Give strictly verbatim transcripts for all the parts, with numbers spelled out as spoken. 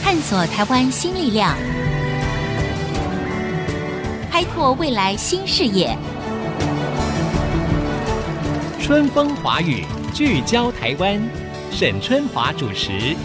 探索台湾新力量，开拓未来新视野。 春风华语，聚焦台湾，沈春华主持。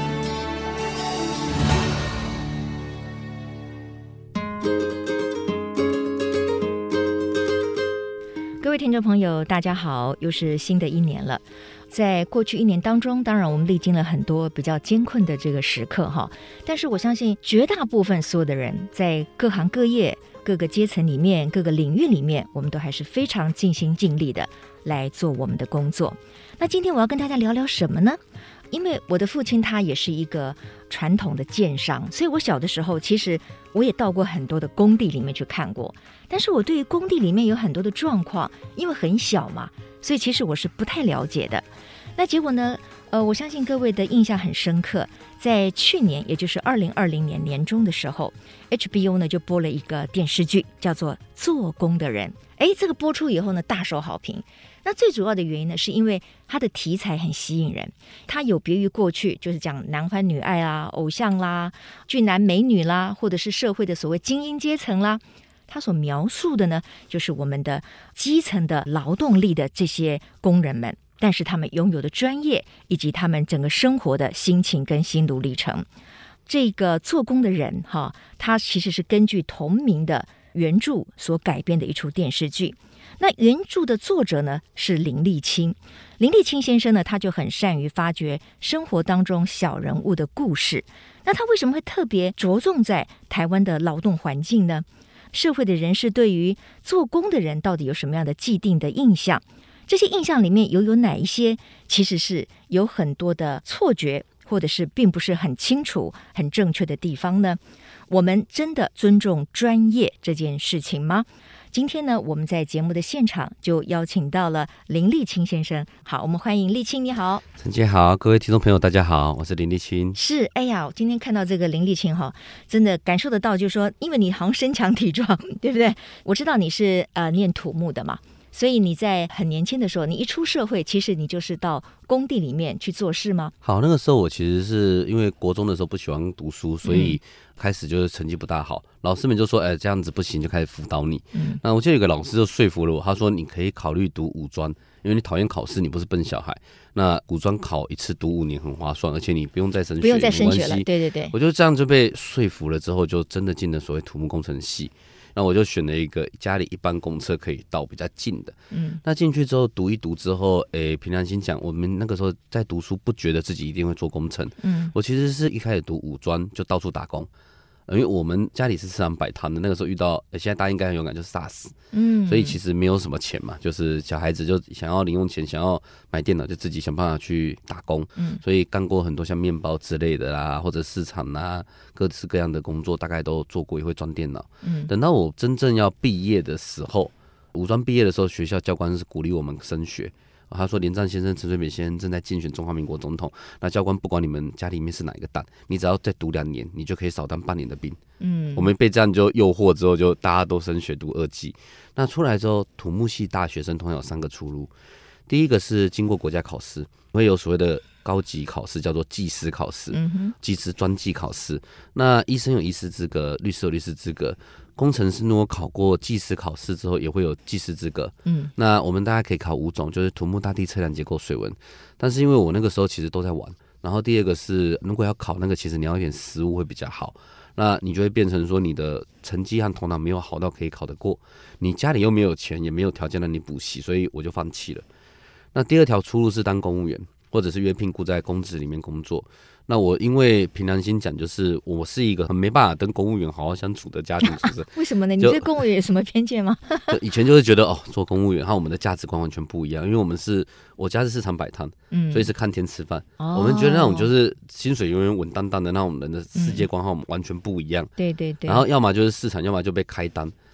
各位听众朋友大家好，又是新的一年了。在过去一年当中，当然我们历经了很多比较艰困的这个时刻哈，但是我相信绝大部分所有的人在各行各业各个阶层里面各个领域里面，我们都还是非常尽心尽力的来做我们的工作。那今天我要跟大家聊聊什么呢？因为我的父亲他也是一个传统的建商，所以我小的时候其实我也到过很多的工地里面去看过，但是我对于工地里面有很多的状况，因为很小嘛，所以其实我是不太了解的。那结果呢，呃，我相信各位的印象很深刻，在去年也就是二零二零年年中的时候 H B O 呢就播了一个电视剧叫做《做工的人》。哎，这个播出以后呢大受好评。那最主要的原因呢，是因为它的题材很吸引人，它有别于过去就是讲男欢女爱啦、偶像啦、俊男美女啦，或者是社会的所谓精英阶层啦，它所描述的呢，就是我们的基层的劳动力的这些工人们，但是他们拥有的专业以及他们整个生活的心情跟心路历程。这个做工的人哈，他其实是根据同名的原著所改编的一出电视剧。那原著的作者呢是林立青，林立青先生呢，他就很善于发掘生活当中小人物的故事。那他为什么会特别着重在台湾的劳动环境呢？社会的人士对于做工的人到底有什么样的既定的印象？这些印象里面又有哪一些其实是有很多的错觉，或者是并不是很清楚很正确的地方呢？我们真的尊重专业这件事情吗？今天呢，我们在节目的现场就邀请到了林立青先生。好，我们欢迎立青。你好。 陈姐好，各位听众朋友大家好，我是林立青。 是，哎呀，我今天看到这个林立青哈，真的感受得到，就是说因为你好像身强体壮，对不对？我知道你是呃念土木的嘛，所以你在很年轻的时候，你一出社会，其实你就是到工地里面去做事吗？ 好，那个时候我其实是因为国中的时候不喜欢读书，所以开始就是成绩不大好，老师们就说，哎，这样子不行，就开始辅导你。嗯，那我记得有个老师就说服了我，他说你可以考虑读五专，因为你讨厌考试，你不是笨小孩。那五专考一次读五年很划算，而且你不用再升学， 不用再升学了。对对对， 我就这样就被说服了，之后就真的进了所谓土木工程系。那我就选了一个家里一般公车可以到比较近的，嗯，那进去之后读一读之后，诶，凭良心讲，我们那个时候在读书，不觉得自己一定会做工程，嗯，我其实是一开始读五专就到处打工，因为我们家里是吃场摆摊的，那个时候遇到，欸、现在大家应该很勇敢，就是 SARS， 嗯，所以其实没有什么钱嘛，就是小孩子就想要零用钱，想要买电脑，就自己想办法去打工，嗯，所以干过很多像面包之类的啦，或者市场啦，各式各样的工作，大概都做过，也会装电脑。嗯，等到我真正要毕业的时候，五专毕业的时候，学校教官是鼓励我们升学。他说连战先生、陈水扁先生正在竞选中华民国总统，那教官不管你们家里面是哪一个蛋，你只要再读两年，你就可以少当半年的兵。嗯，我们被这样就诱惑之后，就大家都升学读二技。那出来之后，土木系大学生通常有三个出路，第一个是经过国家考试，会有所谓的高级考试，叫做技师考试，嗯、技师专技考试。那医生有医师资格，律师有律师资格。工程师如果考过技师考试之后，也会有技师资格。嗯，那我们大家可以考五种，就是土木、大地、测量、结构、水文。但是因为我那个时候其实都在玩，然后第二个是，如果要考那个，其实你要有点实务会比较好。那你就会变成说，你的成绩和头脑没有好到可以考得过，你家里又没有钱，也没有条件让你补习，所以我就放弃了。那第二条出路是当公务员，或者是约聘雇在公职里面工作。那我因为凭良心讲，就是我是一个很没办法跟公务员好好相处的家庭出身。 为什么呢？你对公务员有什么偏见吗？ 就以前就是觉得哦，做公务员和我们的价值观完全不一样，因为我们是我家是市场摆摊，嗯，所以是看天吃饭。哦、我们觉得那种就是薪水永远稳当当的那种人的世界观和我们完全不一样。嗯、对对对。然后要么就是市场，要么就被开单。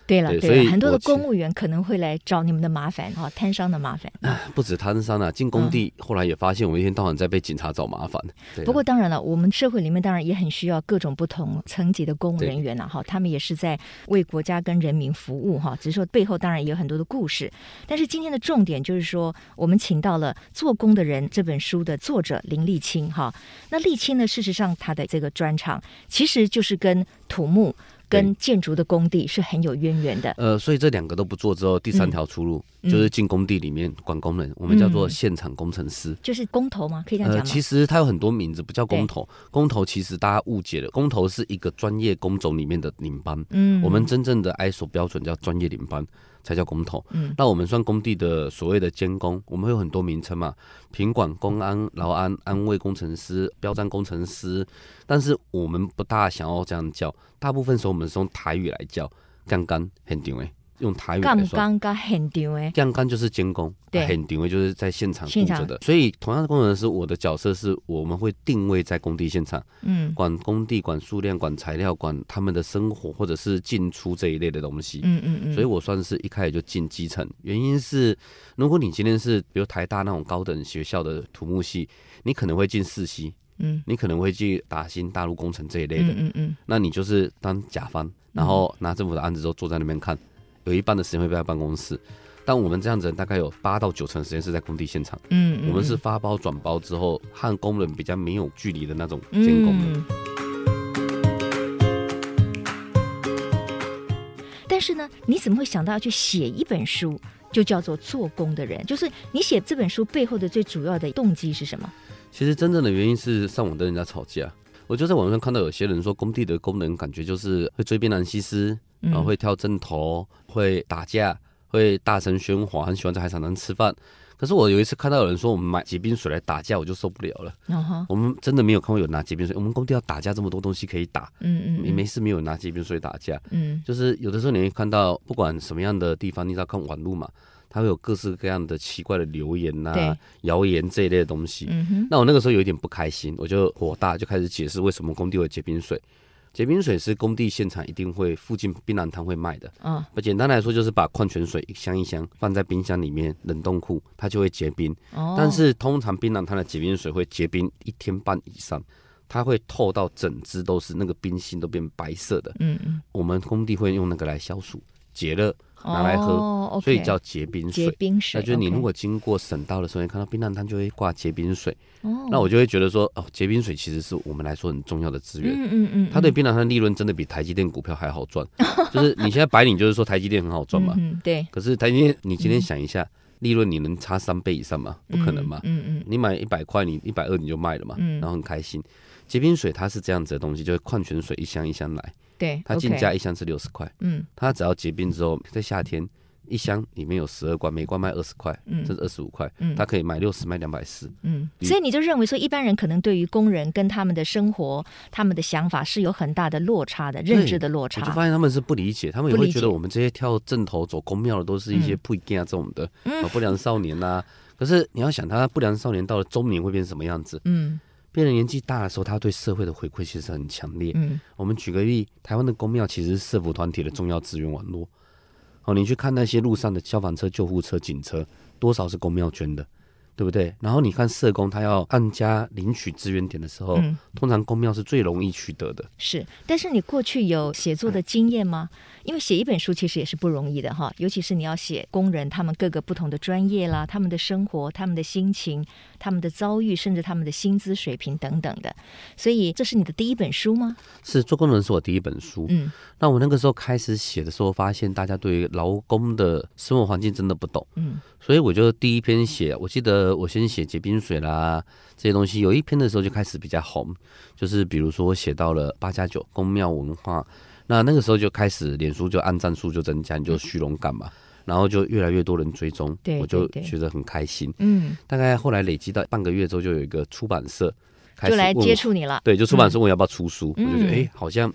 对了， 对， 对所以了，很多的我其公务员可能会来找你们的麻烦哈，摊商的麻烦。 不止摊商啊，进工地、后来也发现我一天到晚在被警察找麻烦。对啊不过当然了，我们社会里面当然也很需要各种不同层级的公务人员呐，哈，他们也是在为国家跟人民服务哈。只是说背后当然也有很多的故事。但是今天的重点就是说，我们请到了《做工的人》这本书的作者林立青哈。那立青呢，事实上他的这个专长其实就是跟土木跟建筑的工地是很有渊源的。 呃，所以这两个都不做之后，第三条出路、嗯、就是进工地里面管工人，我们叫做现场工程师， 就是工头吗？可以这样讲吗？ 呃，其实它有很多名字，不叫工头。工头其实大家误解了，工头是一个专业工种里面的领班。嗯，我们真正的 I S O 标准叫专业领班，才叫工头。嗯，那我们算工地的所谓的监工，我们会有很多名称嘛，品管、公安、劳安、安卫工程师、标章工程师，但是我们不大想要这样叫，大部分时候我们是用台语来叫，干干很丢诶。用台语来说， 干干现场的， 干干就是监工， 对， 现场就是在现场顾着的。所以同样的工程师，我的角色是我们会定位在工地现场，嗯，管工地、管数量、管材料、管他们的生活或者是进出这一类的东西。嗯嗯嗯。所以我算是一开始就进基层，原因是如果你今天是比如台大那种高等学校的土木系，你可能会进四系，嗯，你可能会进打新大陆工程这一类的，嗯嗯嗯。那你就是当甲方，然后拿政府的案子之后坐在那边看。有一半的时间会在办公室，但我们这样子大概有八到九成的时间是在工地现场。嗯, 嗯，我们是发包转包之后和工人比较没有距离的那种监工人。嗯、 但是呢，你怎么会想到要去写一本书，就叫做《做工的人》？就是你写这本书背后的最主要的动机是什么？ 其实真正的原因是上网跟人家吵架。我就在网上看到有些人说，工地的工人感觉就是会追槟榔西施。然后会跳针头，会打架，会大声喧哗，很喜欢在海产摊吃饭。可是我有一次看到有人说我们买结冰水来打架，我就受不了了。Uh-huh. 我们真的没有看过有拿结冰水，我们工地要打架这么多东西可以打，嗯嗯，嗯没事没有拿结冰水打架。嗯，就是有的时候你会看到，不管什么样的地方，你只要看网路嘛，它会有各式各样的奇怪的留言啊、谣言这一类的东西。嗯、那我那个时候有一点不开心，我就火大，就开始解释为什么工地会有结冰水。结冰水是工地现场一定会附近槟榔摊会卖的，嗯，简单来说就是把矿泉水一箱一箱放在冰箱里面冷冻库，它就会结冰。哦，但是通常槟榔摊的结冰水会结冰一天半以上，它会透到整只都是那个冰芯都变白色的。嗯嗯，我们工地会用那个来消暑解热。拿来喝，哦 okay、所以叫结冰水。结冰水，那就是你如果经过省道的时候，你看到槟榔摊就会挂结冰水。哦，那我就会觉得说，哦，结冰水其实是我们来说很重要的资源。嗯嗯嗯，它对槟榔摊利润真的比台积电股票还好赚。就是你现在白领就是说台积电很好赚嘛，嗯，对。可是台积电，你今天想一下，利润你能差三倍以上吗？不可能嘛。嗯 嗯, 嗯，你买一百块，你一百二你就卖了嘛，嗯，然后很开心。结冰水它是这样子的东西，就是矿泉水一箱一箱来。对，它进价一箱是六十块，嗯，它只要结冰之后，在夏天一箱里面有十二罐，每罐卖二十块，嗯，这是二十五块，嗯，它可以买六十，卖两百四，嗯， 所以你就认为说，一般人可能对于工人跟他们的生活、他们的想法是有很大的落差的，认知的落差。 我就发现他们是不理解，他们也会觉得我们这些跳阵头、走公庙的都是一些不一样这种的，嗯，不良少年啊。可是你要想，他不良少年到了中年会变成什么样子？嗯。变成年纪大的时候，他对社会的回馈其实很强烈。嗯，我们举个例，台湾的公庙其实是社福团体的重要资源网络。哦，你去看那些路上的消防车、救护车、警车，多少是公庙捐的，对不对？然后你看社工，他要按家领取资源点的时候，嗯、通常公庙是最容易取得的。 是，但是你过去有写作的经验吗？因为写一本书其实也是不容易的哈，尤其是你要写工人他们各个不同的专业啦，他们的生活、他们的心情、他们的遭遇，甚至他们的薪资水平等等的。所以这是你的第一本书吗？ 是，做工人是我第一本书。嗯，那我那个时候开始写的时候，发现大家对于劳工的生活环境真的不懂。嗯，所以我就第一篇写，我记得我先写结冰水啦这些东西，有一篇的时候就开始比较红，就是比如说我写到了八加九公庙文化。那那个时候就开始，脸书就按赞数就增加，你就虚荣感嘛，然后就越来越多人追踪，我就觉得很开心。嗯，大概后来累积到半个月之后，就有一个出版社开始就来接触你了。 对，就出版社问我要不要出书，嗯、我就觉得哎、欸，好像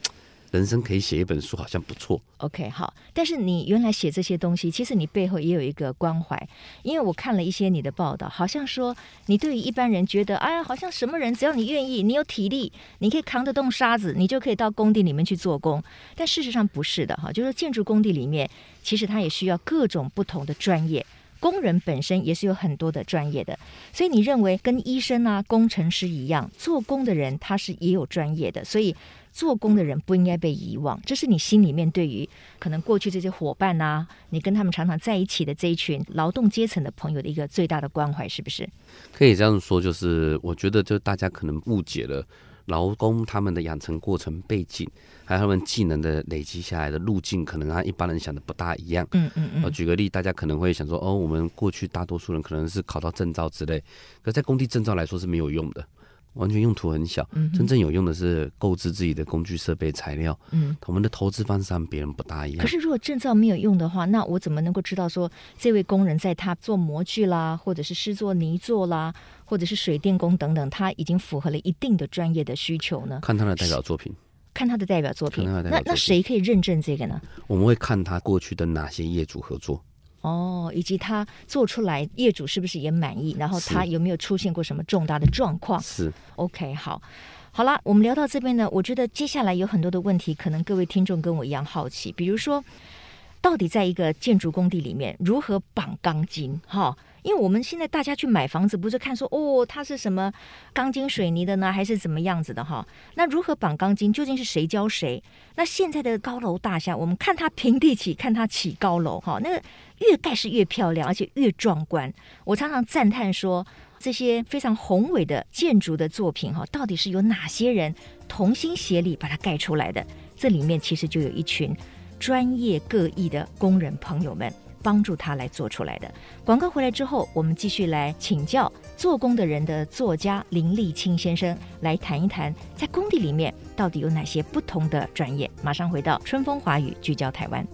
人生可以写一本书好像不错。 OK， 好，但是你原来写这些东西，其实你背后也有一个关怀，因为我看了一些你的报道，好像说你对于一般人觉得，哎，好像什么人只要你愿意，你有体力，你可以扛得动沙子，你就可以到工地里面去做工。但事实上不是的哈，就是建筑工地里面，其实它也需要各种不同的专业。工人本身也是有很多的专业的，所以你认为跟医生啊、工程师一样，做工的人他是也有专业的，所以做工的人不应该被遗忘。这是你心里面对于可能过去这些伙伴啊，你跟他们常常在一起的这一群劳动阶层的朋友的一个最大的关怀，是不是？ 可以这样说，就是我觉得就大家可能误解了劳工他们的养成过程背景，还有他们技能的累积下来的路径，可能和一般人想的不大一样。 嗯嗯嗯。 举个例，大家可能会想说，哦，我们过去大多数人可能是考到证照之类，可是在工地证照来说是没有用的，完全用途很小。嗯、真正有用的是购置自己的工具设备材料。嗯，我们的投资方式和别人不大一样。 可是如果证照没有用的话，那我怎么能够知道说这位工人在他做模具啦，或者是施作泥作啦，或者是水电工等等，他已经符合了一定的专业的需求呢？ 看他的代表作品。 看他的代表作品， 代表作品那那谁可以认证这个呢？ 我们会看他过去的哪些业主合作。 哦，以及他做出来业主是不是也满意，然后他有没有出现过什么重大的状况？ 是 OK， 好好啦，我们聊到这边呢，我觉得接下来有很多的问题，可能各位听众跟我一样好奇，比如说到底在一个建筑工地里面如何绑钢筋哈？因为我们现在大家去买房子，不是看说哦，它是什么钢筋水泥的呢，还是怎么样子的哈？那如何绑钢筋，究竟是谁教谁？那现在的高楼大厦，我们看它平地起，看它起高楼哈，那个越盖是越漂亮，而且越壮观。我常常赞叹说，这些非常宏伟的建筑的作品哈，到底是有哪些人同心协力把它盖出来的？这里面其实就有一群专业各异的工人朋友们帮助他来做出来的。广告回来之后，我们继续来请教做工的人的作家林立青先生，来谈一谈在工地里面到底有哪些不同的专业。马上回到春风华语，聚焦台湾。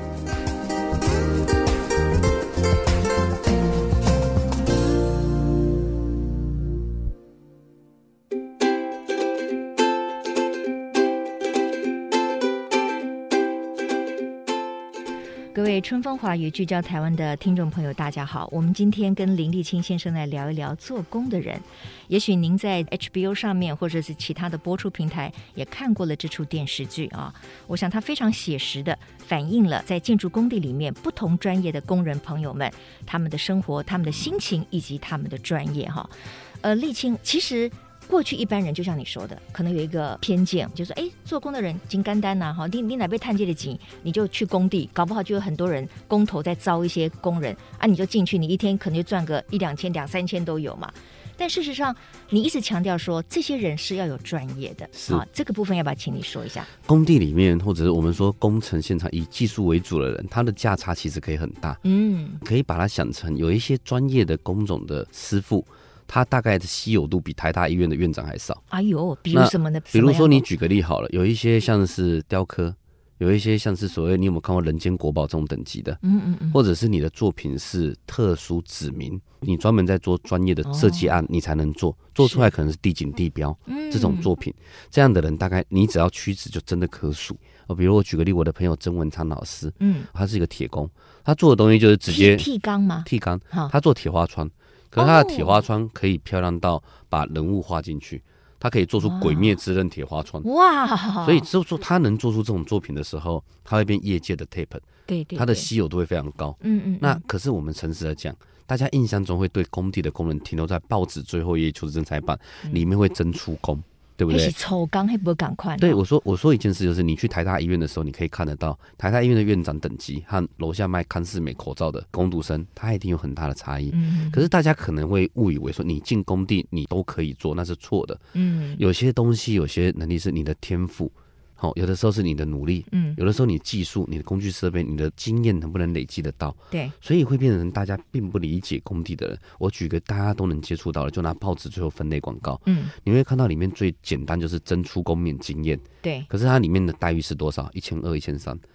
各位春风华语聚焦台湾的听众朋友大家好，我们今天跟林立青先生来聊一聊做工的人。也许您在 H B O 上面或者是其他的播出平台也看过了这出电视剧啊，我想它非常写实的反映了在建筑工地里面不同专业的工人朋友们他们的生活、他们的心情以及他们的专业哈。呃，立青，其实过去一般人就像你说的，可能有一个偏见，就是哎，做工的人金干单呐，哈，你你哪被探界的紧，你就去工地，搞不好就有很多人工头在招一些工人啊，你就进去，你一天可能就赚个一两千、两三千都有嘛。但事实上，你一直强调说这些人是要有专业的，啊，这个部分要不要请你说一下？ 工地里面，或者是我们说工程现场以技术为主的人，他的价差其实可以很大，嗯，可以把它想成有一些专业的工种的师傅。他大概的稀有度比台大医院的院长还少。 哎呦，比如什么呢？ 比如说你举个例好了，有一些像是雕刻，有一些像是所谓你有没有看过《人间国宝》这种等级的，嗯嗯嗯，或者是你的作品是特殊指明，你专门在做专业的设计案，你才能做，做出来可能是地景地标这种作品，这样的人大概你只要屈指就真的可数。比如我举个例，我的朋友曾文昌老师，嗯，他是一个铁工，他做的东西就是直接剃钢吗？ 剃钢，他做铁花窗。可是他的铁花窗可以漂亮到把人物画进去，他可以做出鬼灭之刃铁花窗。哇！所以就说他能做出这种作品的时候，他会变业界的 tape， 对 对, 对， 他的稀有度会非常高。嗯 嗯, 嗯。那可是我们诚实的讲，大家印象中会对工地的工人停留在报纸最后一页求职征才版，里面会真出工。对不对？ 是抽钢还不会赶快。 对，我说我说一件事，就是你去台大医院的时候，你可以看得到台大医院的院长等级和楼下卖康士美口罩的工读生，他一定有很大的差异。嗯，可是大家可能会误以为说你进工地你都可以做，那是错的。嗯，有些东西，有些能力是你的天赋。哦，有的时候是你的努力，嗯，有的时候你技术、你的工具设备、你的经验能不能累积得到？ 对， 所以会变成大家并不理解工地的人。我举个大家都能接触到的，就拿报纸最后分类广告，嗯，你会看到里面最简单就是真出工免经验， 对， 可是它里面的待遇是多少？一千二、一千三。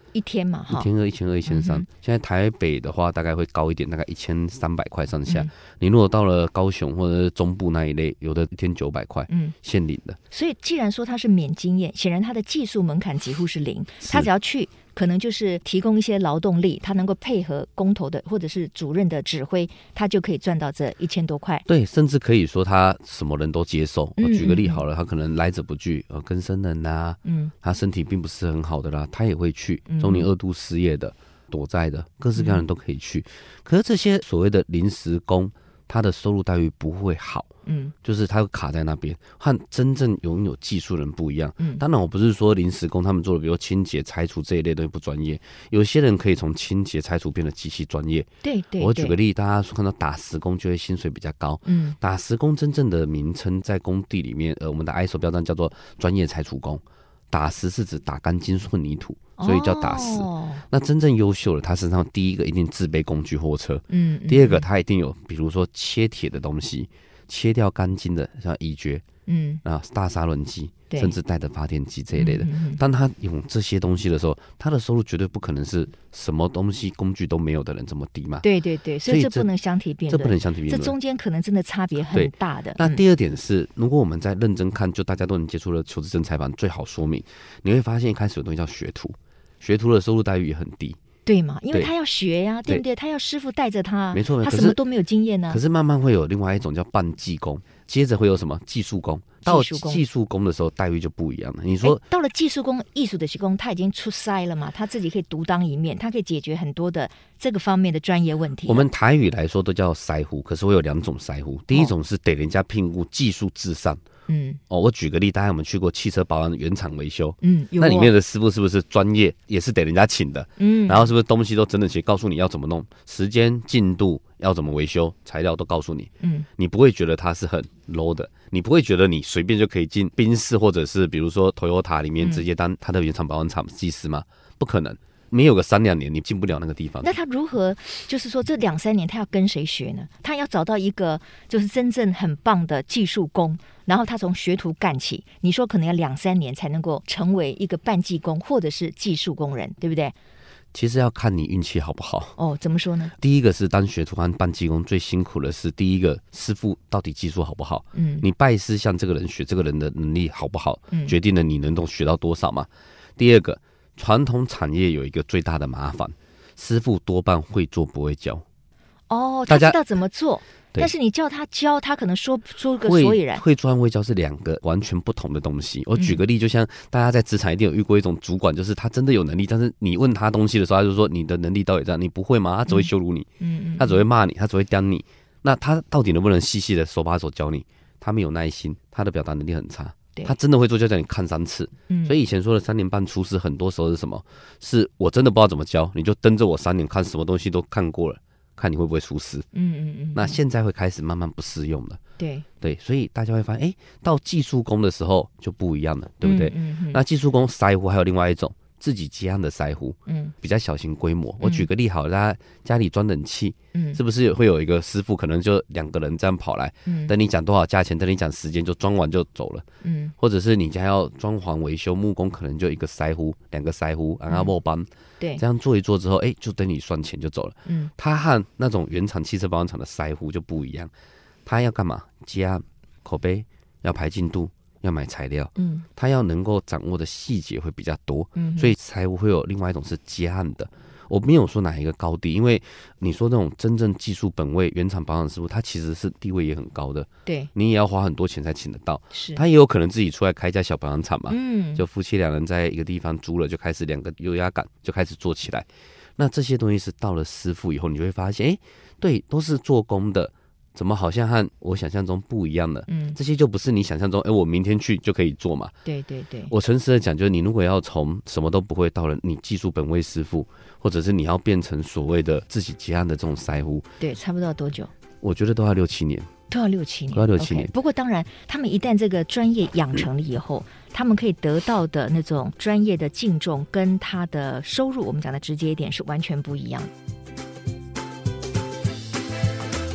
一天嘛， 一天二、一千二、一千三。现在台北的话，大概会高一点，大概一千三百块上下。嗯、你如果到了高雄或者是中部那一类，有的一天九百块，嗯，现领的。 所以既然说它是免经验，显然它的技术门槛几乎是零，他只要去。可能就是提供一些劳动力，他能够配合工头的或者是主任的指挥，他就可以赚到这一千多块。 对，甚至可以说他什么人都接受。我举个例好了，他可能来者不拒，呃，更生人啊，嗯，他身体并不是很好的啦，他也会去。中年二度失业的、躲债的，各式各样的人都可以去。可是这些所谓的临时工，他的收入待遇不会好。嗯，就是他会卡在那边，和真正拥有技术人不一样。嗯，当然我不是说临时工他们做的，比如清洁、拆除这一类东西不专业，有些人可以从清洁、拆除变得极其专业。 对 对, 对。 我举个例，大家看到打石工就会薪水比较高。嗯，打石工真正的名称在工地里面，呃，我们的 I S O 标章叫做专业拆除工。打石是指打干金混凝土，所以叫打石。哦、那真正优秀的，他身上第一个一定自备工具货车。嗯。第二个，他一定有，比如说切铁的东西。切掉干净的，像乙炔，嗯啊，大砂轮机，甚至带着发电机这一类的。嗯嗯嗯、当他用这些东西的时候，他的收入绝对不可能是什么东西工具都没有的人这么低嘛。 对对对，所以这不能相提并论， 这不能相提并论， 这中间可能真的差别很大的。 那第二点是，如果我们在认真看，就大家都能接触的求职真采访最好说明，你会发现一开始有东西叫学徒，学徒的收入待遇也很低。 对嘛？因为他要学呀、啊，对不对？他要师傅带着他， 没错， 他什么都没有经验呢、啊。 可是慢慢会有另外一种叫半技工，接着会有什么技术工。到技术工的时候，待遇就不一样了。你说到了技术工、艺术的技工，他已经出塞了嘛？他自己可以独当一面，他可以解决很多的这个方面的专业问题。 我们台语来说都叫筛呼，可是会有两种筛呼。第一种是得人家聘雇技术至上。嗯，哦，我举个例，大家有没有去过汽车保养原厂维修？嗯，有、哦。那里面的师傅是不是专业，也是得人家请的？嗯，然后是不是东西都整整齐，告诉你要怎么弄，时间、进度要怎么维修，材料都告诉你。嗯，你不会觉得它是很 low 的，你不会觉得你随便就可以进宾士或者是比如说 Toyota 里面直接当他的原厂保养厂技师吗？不可能。没有个三两年，你进不了那个地方。 那他如何，就是说这两三年他要跟谁学呢？他要找到一个就是真正很棒的技术工，然后他从学徒干起。你说可能要两三年才能够成为一个半技工或者是技术工人，对不对？ 其实要看你运气好不好。 哦，怎么说呢？ 第一个是当学徒和半技工最辛苦的是，第一个师傅到底技术好不好？嗯，你拜师向这个人学，这个人的能力好不好，嗯、决定了你能够学到多少嘛。第二个。传统产业有一个最大的麻烦，师傅多半会做不会教。 哦，他知道怎么做，但是你叫他教，他可能说不出个所以然。 会专会教是两个完全不同的东西。我举个例，就像大家在职场一定有遇过一种主管，就是他真的有能力，但是你问他东西的时候，他就说你的能力到底这样，你不会吗？他只会羞辱你，嗯、他只会骂你，他只会刁你。那他到底能不能细细的手把手教你？他没有耐心，他的表达能力很差。他真的会做，就叫你看三次。嗯，所以以前说的三年半出师，很多时候是什么？是我真的不知道怎么教，你就跟着我三年，看什么东西都看过了，看你会不会出师。嗯嗯嗯。那现在会开始慢慢不适用了。 对对，所以大家会发现，哎，到技术工的时候就不一样了，对不对？嗯嗯嗯。那技术工筛呼还有另外一种。自己接案的筛呼，嗯，比较小型规模。我举个例好了，大家家里装冷气，嗯，是不是会有一个师傅，可能就两个人这样跑来，嗯，等你讲多少价钱，等你讲时间，就装完就走了，嗯，或者是你家要装潢维修，木工可能就一个筛呼，两个筛呼，然后末班，对，这样做一做之后，哎、欸，就等你算钱就走了，嗯，他和那种原厂汽车保养厂的筛呼就不一样，他要干嘛？接案、口碑，要排进度。要买材料，嗯，他要能够掌握的细节会比较多，嗯，所以财务会有另外一种是接案的。我没有说哪一个高低，因为你说那种真正技术本位原厂保养师傅，他其实是地位也很高的，对，你也要花很多钱才请得到，是，他也有可能自己出来开一家小保养厂嘛，嗯，就夫妻两人在一个地方租了，就开始两个优压感就开始做起来。那这些东西是到了师傅以后，你就会发现，哎、欸，对，都是做工的。怎么好像和我想象中不一样了？嗯，这些就不是你想象中，哎、欸，我明天去就可以做嘛。对对对，我诚实的讲，就是你如果要从什么都不会到了你技术本位师傅，或者是你要变成所谓的自己接案的这种筛呼，对，差不多要多久？我觉得都要六七年，都要六七年，都要六七年。Okay, 不过当然，他们一旦这个专业养成了以后，嗯、他们可以得到的那种专业的敬重跟他的收入，我们讲的直接一点是完全不一样。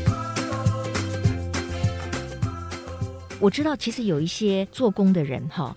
我知道其实有一些做工的人哈，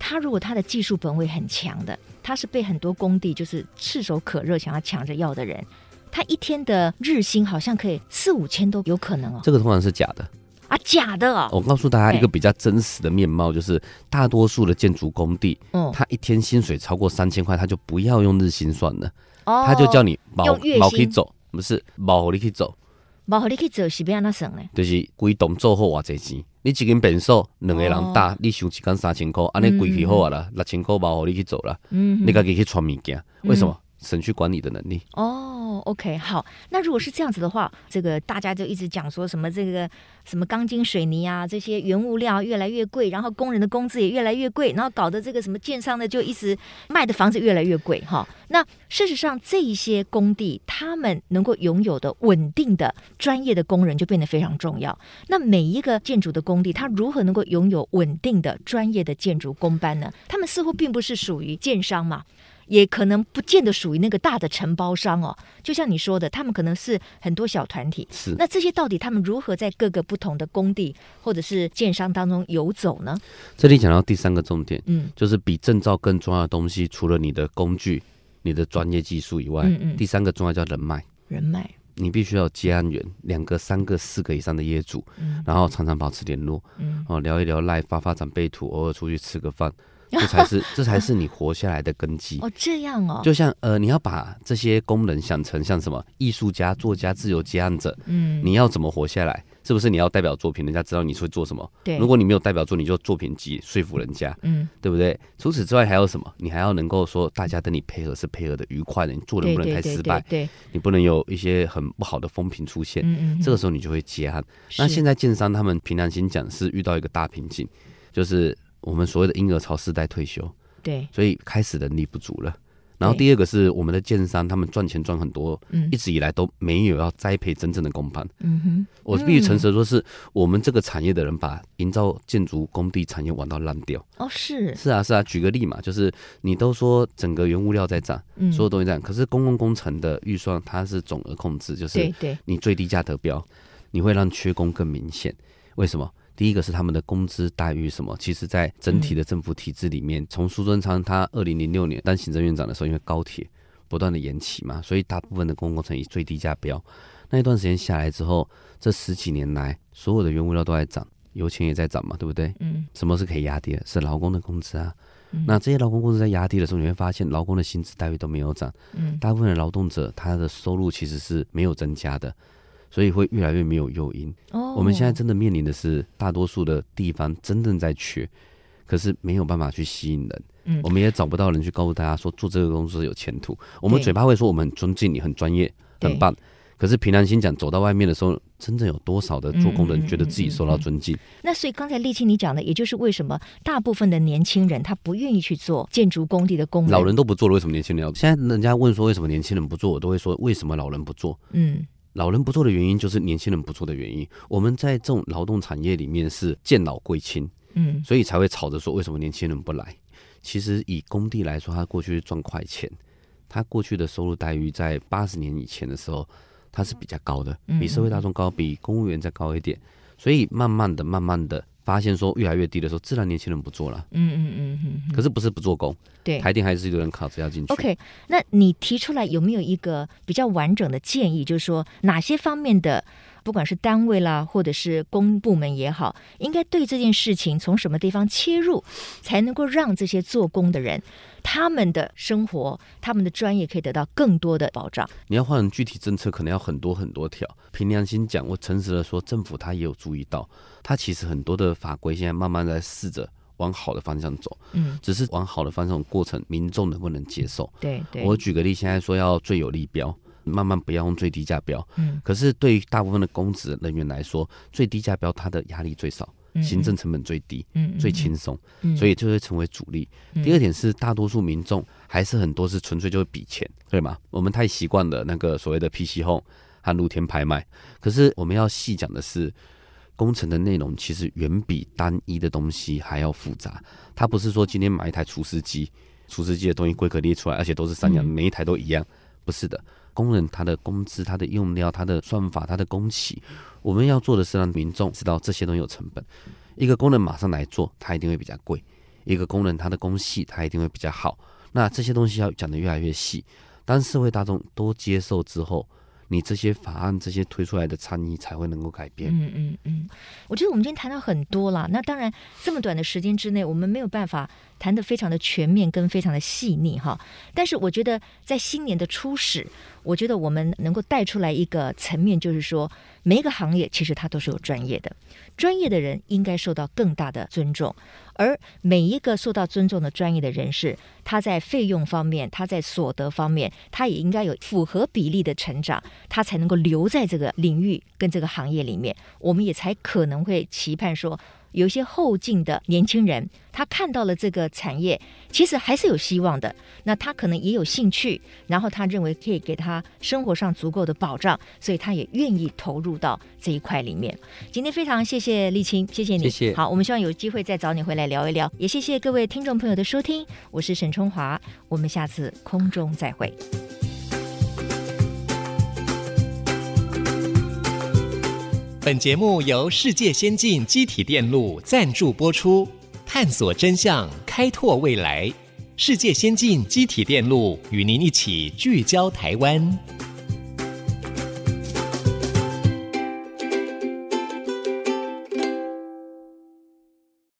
他如果他的技术本位很强的，他是被很多工地就是炙手可热想要抢着要的人，他一天的日薪好像可以四五千都有可能哦。 这个通常是假的啊，假的哦！ 我告诉大家一个比较真实的面貌，就是大多数的建筑工地， 嗯， 他一天薪水超过三千块，他就不要用日薪算了， 哦， 他就叫你用月薪毛可以走，不是毛你可以走， 毛你可以走是要那省呢？ 就是规栋做好偌济钱。你一间便所两个人搭，哦，你收一天三千块，安尼规起好啊啦，六千块毛好你去走了，嗯，你自己去穿物件，为什么？省去管理的能力。 哦 ，OK， 好，那如果是这样子的话，这个大家就一直讲说什么这个什么钢筋水泥啊，这些原物料越来越贵，然后工人的工资也越来越贵，然后搞得这个什么建商的就一直卖的房子越来越贵哈。那事实上，这一些工地他们能够拥有的稳定的专业的工人就变得非常重要。那每一个建筑的工地，它如何能够拥有稳定的专业的建筑工班呢？他们似乎并不是属于建商嘛。也可能不见得属于那个大的承包商哦，就像你说的，他们可能是很多小团体。 是， 那这些到底他们如何在各个不同的工地或者是建商当中游走呢？ 这里讲到第三个重点， 嗯， 就是比证照更重要的东西，除了你的工具、你的专业技术以外，嗯嗯，第三个重要叫人脉。 人脉，你必须要有接案源，两个、三个、四个以上的业主，嗯，然后常常保持联络，嗯，哦，聊一聊赖，发发长辈图，偶尔出去吃个饭。这才是这才是你活下来的根基哦，这样哦， 就像呃，你要把这些功能想成像什么艺术家、作家、自由接案者，嗯，你要怎么活下来？是不是你要代表作品，人家知道你会做什么？ 对， 如果你没有代表作，你就作品集说服人家，嗯，对不对？除此之外还有什么？你还要能够说大家跟你配合是配合的愉快的，你做人不能太失败， 对， 你不能有一些很不好的风评出现，嗯嗯，这个时候你就会接案。那现在建商他们凭良心讲是遇到一个大瓶颈，就是我们所谓的婴儿潮世代退休。 对， 所以开始人力不足了。然后第二个是我们的建商，他们赚钱赚很多，嗯，一直以来都没有要栽培真正的工班。嗯哼，我必须诚实的说，是我们这个产业的人把营造建筑工地产业玩到烂掉。 哦，是是啊是啊，举个例嘛，就是你都说整个原物料在涨，嗯，所有东西在涨，可是公共工程的预算它是总额控制，就是你最低价得标，你会让缺工更明显。为什么？第一个是他们的工资待遇什么，其实在整体的政府体制里面，从苏贞昌他二零零六年当行政院长的时候，因为高铁不断的延期嘛，所以大部分的公共工程以最低价标。那一段时间下来之后，这十几年来，所有的原物料都在涨，油钱也在涨嘛，对不对？嗯。什么是可以压低的？是劳工的工资啊。嗯、那这些劳工工资在压低的时候，你会发现劳工的薪资待遇都没有涨。嗯。大部分的劳动者他的收入其实是没有增加的。所以会越来越没有诱因。Oh. 我们现在真的面临的是，大多数的地方真正在缺，可是没有办法去吸引人。嗯，我们也找不到人去告诉大家说做这个工作有前途。我们嘴巴会说我们很尊敬你，很专业，很棒。可是凭良心讲，走到外面的时候，真正有多少的做工人觉得自己受到尊敬？嗯嗯嗯嗯、 那所以刚才立青你讲的，也就是为什么大部分的年轻人他不愿意去做建筑工地的工人， 老人都不做了，为什么年轻人要？现在人家问说为什么年轻人不做，我都会说为什么老人不做？嗯。老人不做的原因就是年轻人不做的原因。我们在这种劳动产业里面是见老贵亲，嗯，所以才会吵着说为什么年轻人不来。其实以工地来说，他过去赚快钱，他过去的收入待遇在八十年以前的时候，他是比较高的，比社会大众高，比公务员再高一点。所以慢慢的、慢慢的发现说越来越低的时候，自然年轻人不做了。嗯嗯嗯嗯。可是不是不做工，对，台电还是有人考着要进去。 OK， 那你提出来有没有一个比较完整的建议，就是说哪些方面的，不管是单位啦，或者是公部门也好，应该对这件事情从什么地方切入，才能够让这些做工的人，他们的生活、他们的专业可以得到更多的保障？ 你要换成具体政策，可能要很多很多条。凭良心讲，我诚实的说，政府他也有注意到，他其实很多的法规现在慢慢在试着往好的方向走，嗯，只是往好的方向的过程，民众能不能接受？ 对对。 我举个例，现在说要最有利标，慢慢不要用最低价标，嗯，可是对于大部分的公职人员来说，最低价标它的压力最少，行政成本最低，嗯，最轻松，嗯，所以就会成为主力。嗯、第二点是，大多数民众还是很多是纯粹就会比钱，对吗？我们太习惯了那个所谓的 P C Home 和露天拍卖，可是我们要细讲的是，工程的内容其实远比单一的东西还要复杂。它不是说今天买一台除湿机，除湿机的东西规格列出来，而且都是三样，每一台都一样，不是的。工人他的工资、他的用料、他的算法、他的工期，我们要做的是让民众知道这些东西有成本。一个工人马上来做，他一定会比较贵； 一个工人他的工系他一定会比较好。那这些东西要讲得越来越细，当社会大众都接受之后，你这些法案这些推出来的倡议才会能够改变。 嗯嗯嗯，我觉得我们今天谈到很多啦，那当然这么短的时间之内，我们没有办法谈得非常的全面跟非常的细腻哈。但是我觉得在新年的初始，我觉得我们能够带出来一个层面，就是说每一个行业其实它都是有专业的，专业的人应该受到更大的尊重，而每一个受到尊重的专业的人士，他在费用方面，他在所得方面，他也应该有符合比例的成长，他才能够留在这个领域跟这个行业里面，我们也才可能会期盼说，有一些后进的年轻人，他看到了这个产业其实还是有希望的，那他可能也有兴趣，然后他认为可以给他生活上足够的保障，所以他也愿意投入到这一块里面。今天非常谢谢立青，谢谢你。 谢谢。 好，我们希望有机会再找你回来聊一聊，也谢谢各位听众朋友的收听，我是沈春华，我们下次空中再会。 本节目由世界先进机体电路赞助播出，探索真相，开拓未来。世界先进机体电路与您一起聚焦台湾。